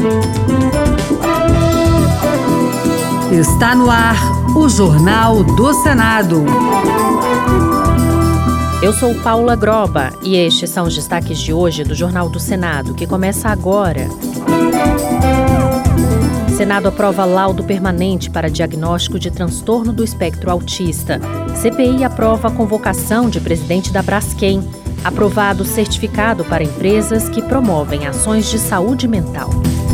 Está no ar o Jornal do Senado. Eu sou Paula Groba e estes são os destaques de hoje do Jornal do Senado, que começa agora. Senado aprova laudo permanente para diagnóstico de transtorno do espectro autista. CPI aprova a convocação de presidente da Braskem. Aprovado certificado para empresas que promovem ações de saúde mental.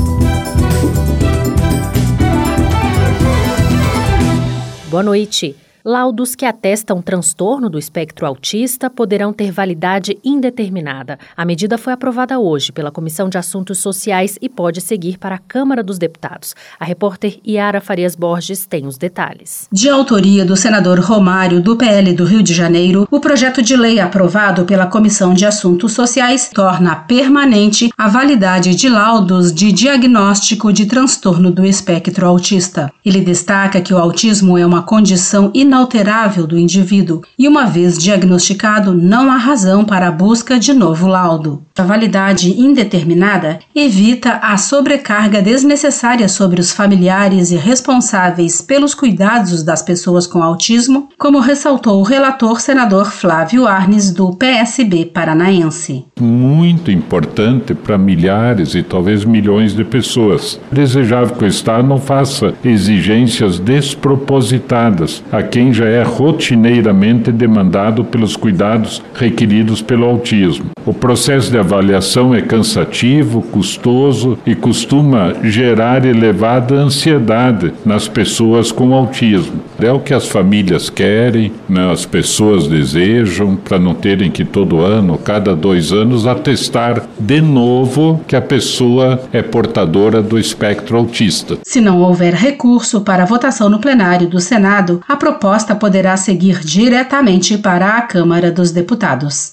Boa noite. Laudos que atestam transtorno do espectro autista poderão ter validade indeterminada. A medida foi aprovada hoje pela Comissão de Assuntos Sociais e pode seguir para a Câmara dos Deputados. A repórter Yara Farias Borges tem os detalhes. De autoria do senador Romário, do PL do Rio de Janeiro, o projeto de lei aprovado pela Comissão de Assuntos Sociais torna permanente a validade de laudos de diagnóstico de transtorno do espectro autista. Ele destaca que o autismo é uma condição inalterável do indivíduo e, uma vez diagnosticado, não há razão para a busca de novo laudo. A validade indeterminada evita a sobrecarga desnecessária sobre os familiares e responsáveis pelos cuidados das pessoas com autismo, como ressaltou o relator senador Flávio Arnes, do PSB paranaense. Muito importante para milhares e talvez milhões de pessoas. Desejável que o Estado não faça exigências despropositadas a quem já é rotineiramente demandado pelos cuidados requeridos pelo autismo. O processo de avaliação é cansativo, custoso e costuma gerar elevada ansiedade nas pessoas com autismo. É o que as famílias querem, as pessoas desejam, para não terem que todo ano, cada 2 anos, atestar de novo que a pessoa é portadora do espectro autista. Se não houver recurso para a votação no plenário do Senado, a proposta poderá seguir diretamente para a Câmara dos Deputados.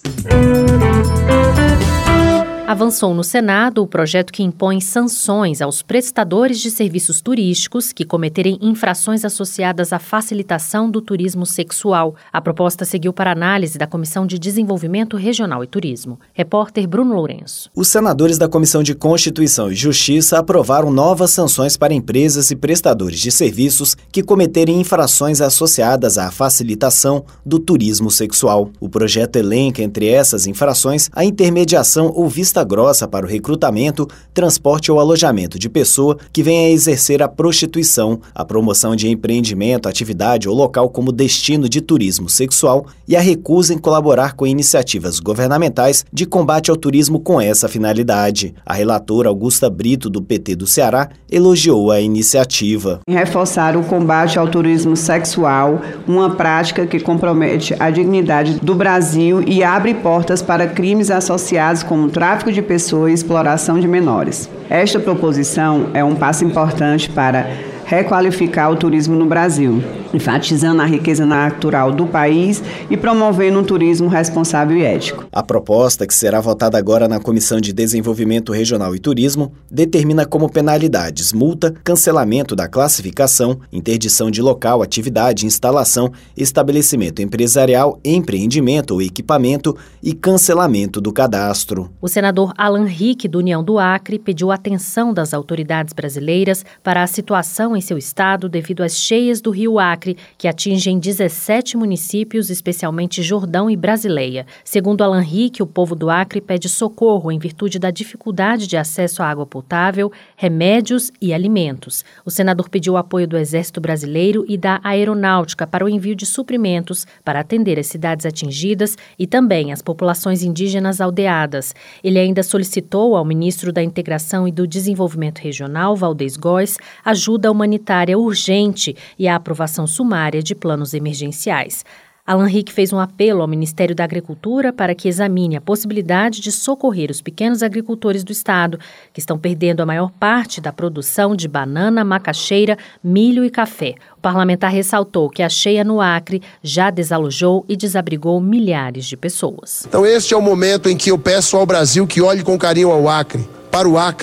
Avançou no Senado o projeto que impõe sanções aos prestadores de serviços turísticos que cometerem infrações associadas à facilitação do turismo sexual. A proposta seguiu para análise da Comissão de Desenvolvimento Regional e Turismo. Repórter Bruno Lourenço. Os senadores da Comissão de Constituição e Justiça aprovaram novas sanções para empresas e prestadores de serviços que cometerem infrações associadas à facilitação do turismo sexual. O projeto elenca, entre essas infrações, a intermediação ou vista grossa para o recrutamento, transporte ou alojamento de pessoa que venha a exercer a prostituição, a promoção de empreendimento, atividade ou local como destino de turismo sexual e a recusa em colaborar com iniciativas governamentais de combate ao turismo com essa finalidade. A relatora Augusta Brito, do PT do Ceará, elogiou a iniciativa. Reforçar o combate ao turismo sexual, uma prática que compromete a dignidade do Brasil e abre portas para crimes associados como tráfico de pessoas e exploração de menores. Esta proposição é um passo importante para requalificar o turismo no Brasil, enfatizando a riqueza natural do país e promovendo um turismo responsável e ético. A proposta, que será votada agora na Comissão de Desenvolvimento Regional e Turismo, determina como penalidades multa, cancelamento da classificação, interdição de local, atividade, instalação, estabelecimento empresarial, empreendimento ou equipamento e cancelamento do cadastro. O senador Alan Rick, do União do Acre, pediu atenção das autoridades brasileiras para a situação em seu estado devido às cheias do rio Acre, que atingem 17 municípios, especialmente Jordão e Brasileia. Segundo Alan Rick, o povo do Acre pede socorro em virtude da dificuldade de acesso à água potável, remédios e alimentos. O senador pediu o apoio do Exército Brasileiro e da Aeronáutica para o envio de suprimentos para atender as cidades atingidas e também as populações indígenas aldeadas. Ele ainda solicitou ao ministro da Integração e do Desenvolvimento Regional, Valdez Góes, ajuda humanitária urgente e a aprovação sumária de planos emergenciais. Alan Rick fez um apelo ao Ministério da Agricultura para que examine a possibilidade de socorrer os pequenos agricultores do estado, que estão perdendo a maior parte da produção de banana, macaxeira, milho e café. O parlamentar ressaltou que a cheia no Acre já desalojou e desabrigou milhares de pessoas. Então este é o momento em que eu peço ao Brasil que olhe com carinho ao Acre, para o Acre,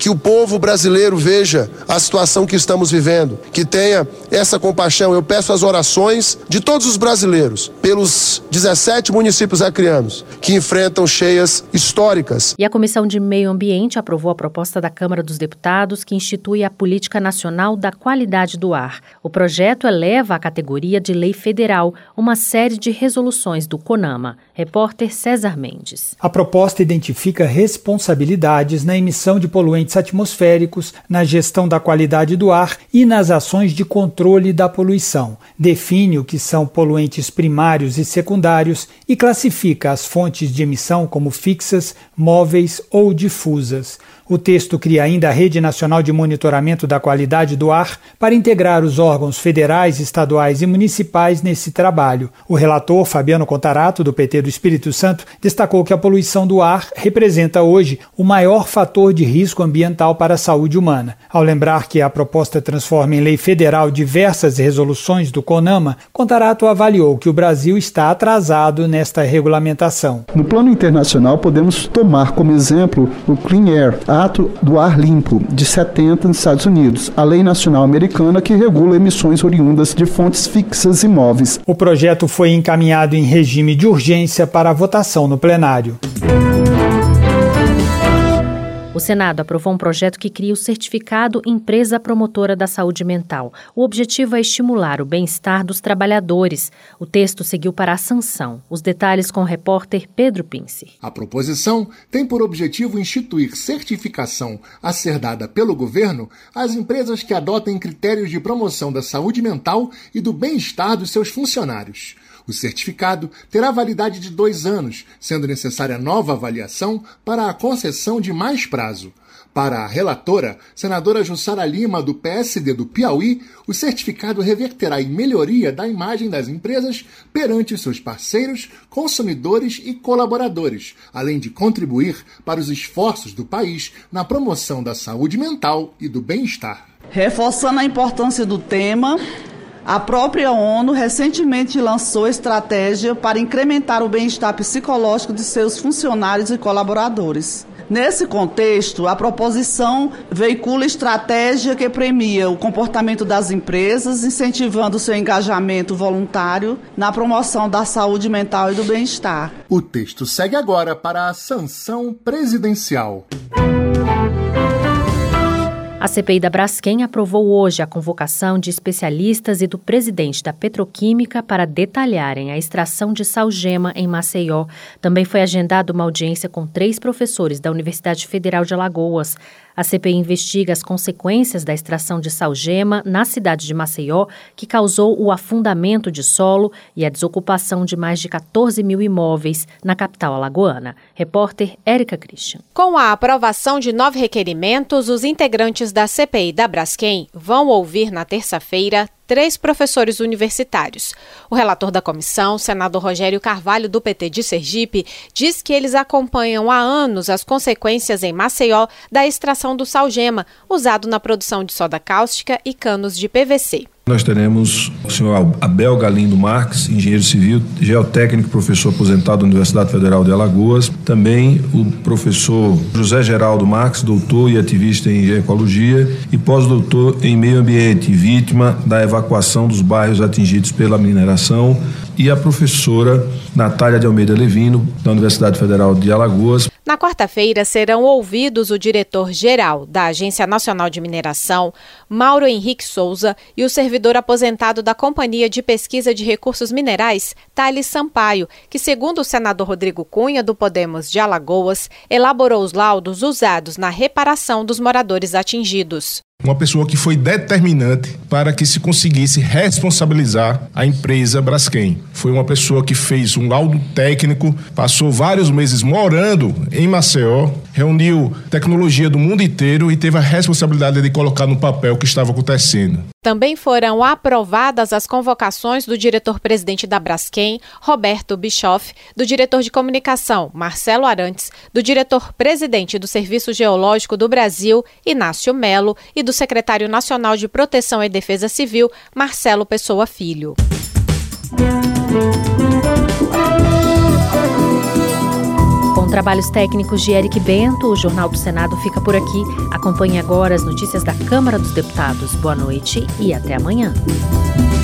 que o povo brasileiro veja a situação que estamos vivendo, que tenha essa compaixão. Eu peço as orações de todos os brasileiros pelos 17 municípios acreanos que enfrentam cheias históricas. E a Comissão de Meio Ambiente aprovou a proposta da Câmara dos Deputados que institui a Política Nacional da Qualidade do Ar. O projeto eleva à categoria de lei federal uma série de resoluções do CONAMA. Repórter César Mendes. A proposta identifica responsabilidades na emissão de poluentes atmosféricos, na gestão da qualidade do ar e nas ações de controle da poluição. Define o que são poluentes primários e secundários e classifica as fontes de emissão como fixas, móveis ou difusas. O texto cria ainda a Rede Nacional de Monitoramento da Qualidade do Ar para integrar os órgãos federais, estaduais e municipais nesse trabalho. O relator, Fabiano Contarato, do PT do Espírito Santo, destacou que a poluição do ar representa hoje o maior fator de risco ambiental para a saúde humana. Ao lembrar que a proposta transforma em lei federal diversas resoluções do CONAMA, Contarato avaliou que o Brasil está atrasado nesta regulamentação. No plano internacional, podemos tomar como exemplo o Clean Air, Ato do Ar Limpo, de 70 nos Estados Unidos, a lei nacional americana que regula emissões oriundas de fontes fixas e móveis. O projeto foi encaminhado em regime de urgência para a votação no plenário. O Senado aprovou um projeto que cria o certificado Empresa Promotora da Saúde Mental. O objetivo é estimular o bem-estar dos trabalhadores. O texto seguiu para a sanção. Os detalhes com o repórter Pedro Pince. A proposição tem por objetivo instituir certificação a ser dada pelo governo às empresas que adotem critérios de promoção da saúde mental e do bem-estar dos seus funcionários. O certificado terá validade de 2 anos, sendo necessária nova avaliação para a concessão de mais prazo. Para a relatora, senadora Jussara Lima, do PSD do Piauí, o certificado reverterá em melhoria da imagem das empresas perante os seus parceiros, consumidores e colaboradores, além de contribuir para os esforços do país na promoção da saúde mental e do bem-estar. Reforçando a importância do tema, a própria ONU recentemente lançou estratégia para incrementar o bem-estar psicológico de seus funcionários e colaboradores. Nesse contexto, a proposição veicula estratégia que premia o comportamento das empresas, incentivando seu engajamento voluntário na promoção da saúde mental e do bem-estar. O texto segue agora para a sanção presidencial. A CPI da Braskem aprovou hoje a convocação de especialistas e do presidente da Petroquímica para detalharem a extração de salgema em Maceió. Também foi agendada uma audiência com 3 professores da Universidade Federal de Alagoas. A CPI investiga as consequências da extração de salgema na cidade de Maceió, que causou o afundamento de solo e a desocupação de mais de 14 mil imóveis na capital alagoana. Repórter Érica Christian. Com a aprovação de 9 requerimentos, os integrantes da CPI da Braskem vão ouvir na terça-feira 3 professores universitários. O relator da comissão, senador Rogério Carvalho, do PT de Sergipe, diz que eles acompanham há anos as consequências em Maceió da extração do salgema, usado na produção de soda cáustica e canos de PVC. Nós teremos o senhor Abel Galindo Marques, engenheiro civil, geotécnico, professor aposentado da Universidade Federal de Alagoas. Também o professor José Geraldo Marques, doutor e ativista em ecologia e pós-doutor em meio ambiente, vítima da evacuação dos bairros atingidos pela mineração. E a professora Natália de Almeida Levino, da Universidade Federal de Alagoas. Na quarta-feira serão ouvidos o diretor-geral da Agência Nacional de Mineração, Mauro Henrique Souza, e o servidor aposentado da Companhia de Pesquisa de Recursos Minerais, Thales Sampaio, que, segundo o senador Rodrigo Cunha, do Podemos de Alagoas, elaborou os laudos usados na reparação dos moradores atingidos. Uma pessoa que foi determinante para que se conseguisse responsabilizar a empresa Braskem. Foi uma pessoa que fez um laudo técnico, passou vários meses morando em Maceió, reuniu tecnologia do mundo inteiro e teve a responsabilidade de colocar no papel o que estava acontecendo. Também foram aprovadas as convocações do diretor-presidente da Braskem, Roberto Bischoff, do diretor de comunicação, Marcelo Arantes, do diretor-presidente do Serviço Geológico do Brasil, Inácio Melo, e do secretário nacional de Proteção e Defesa Civil, Marcelo Pessoa Filho. trabalhos técnicos de Eric Bento, o Jornal do Senado fica por aqui. Acompanhe agora as notícias da Câmara dos Deputados. Boa noite e até amanhã.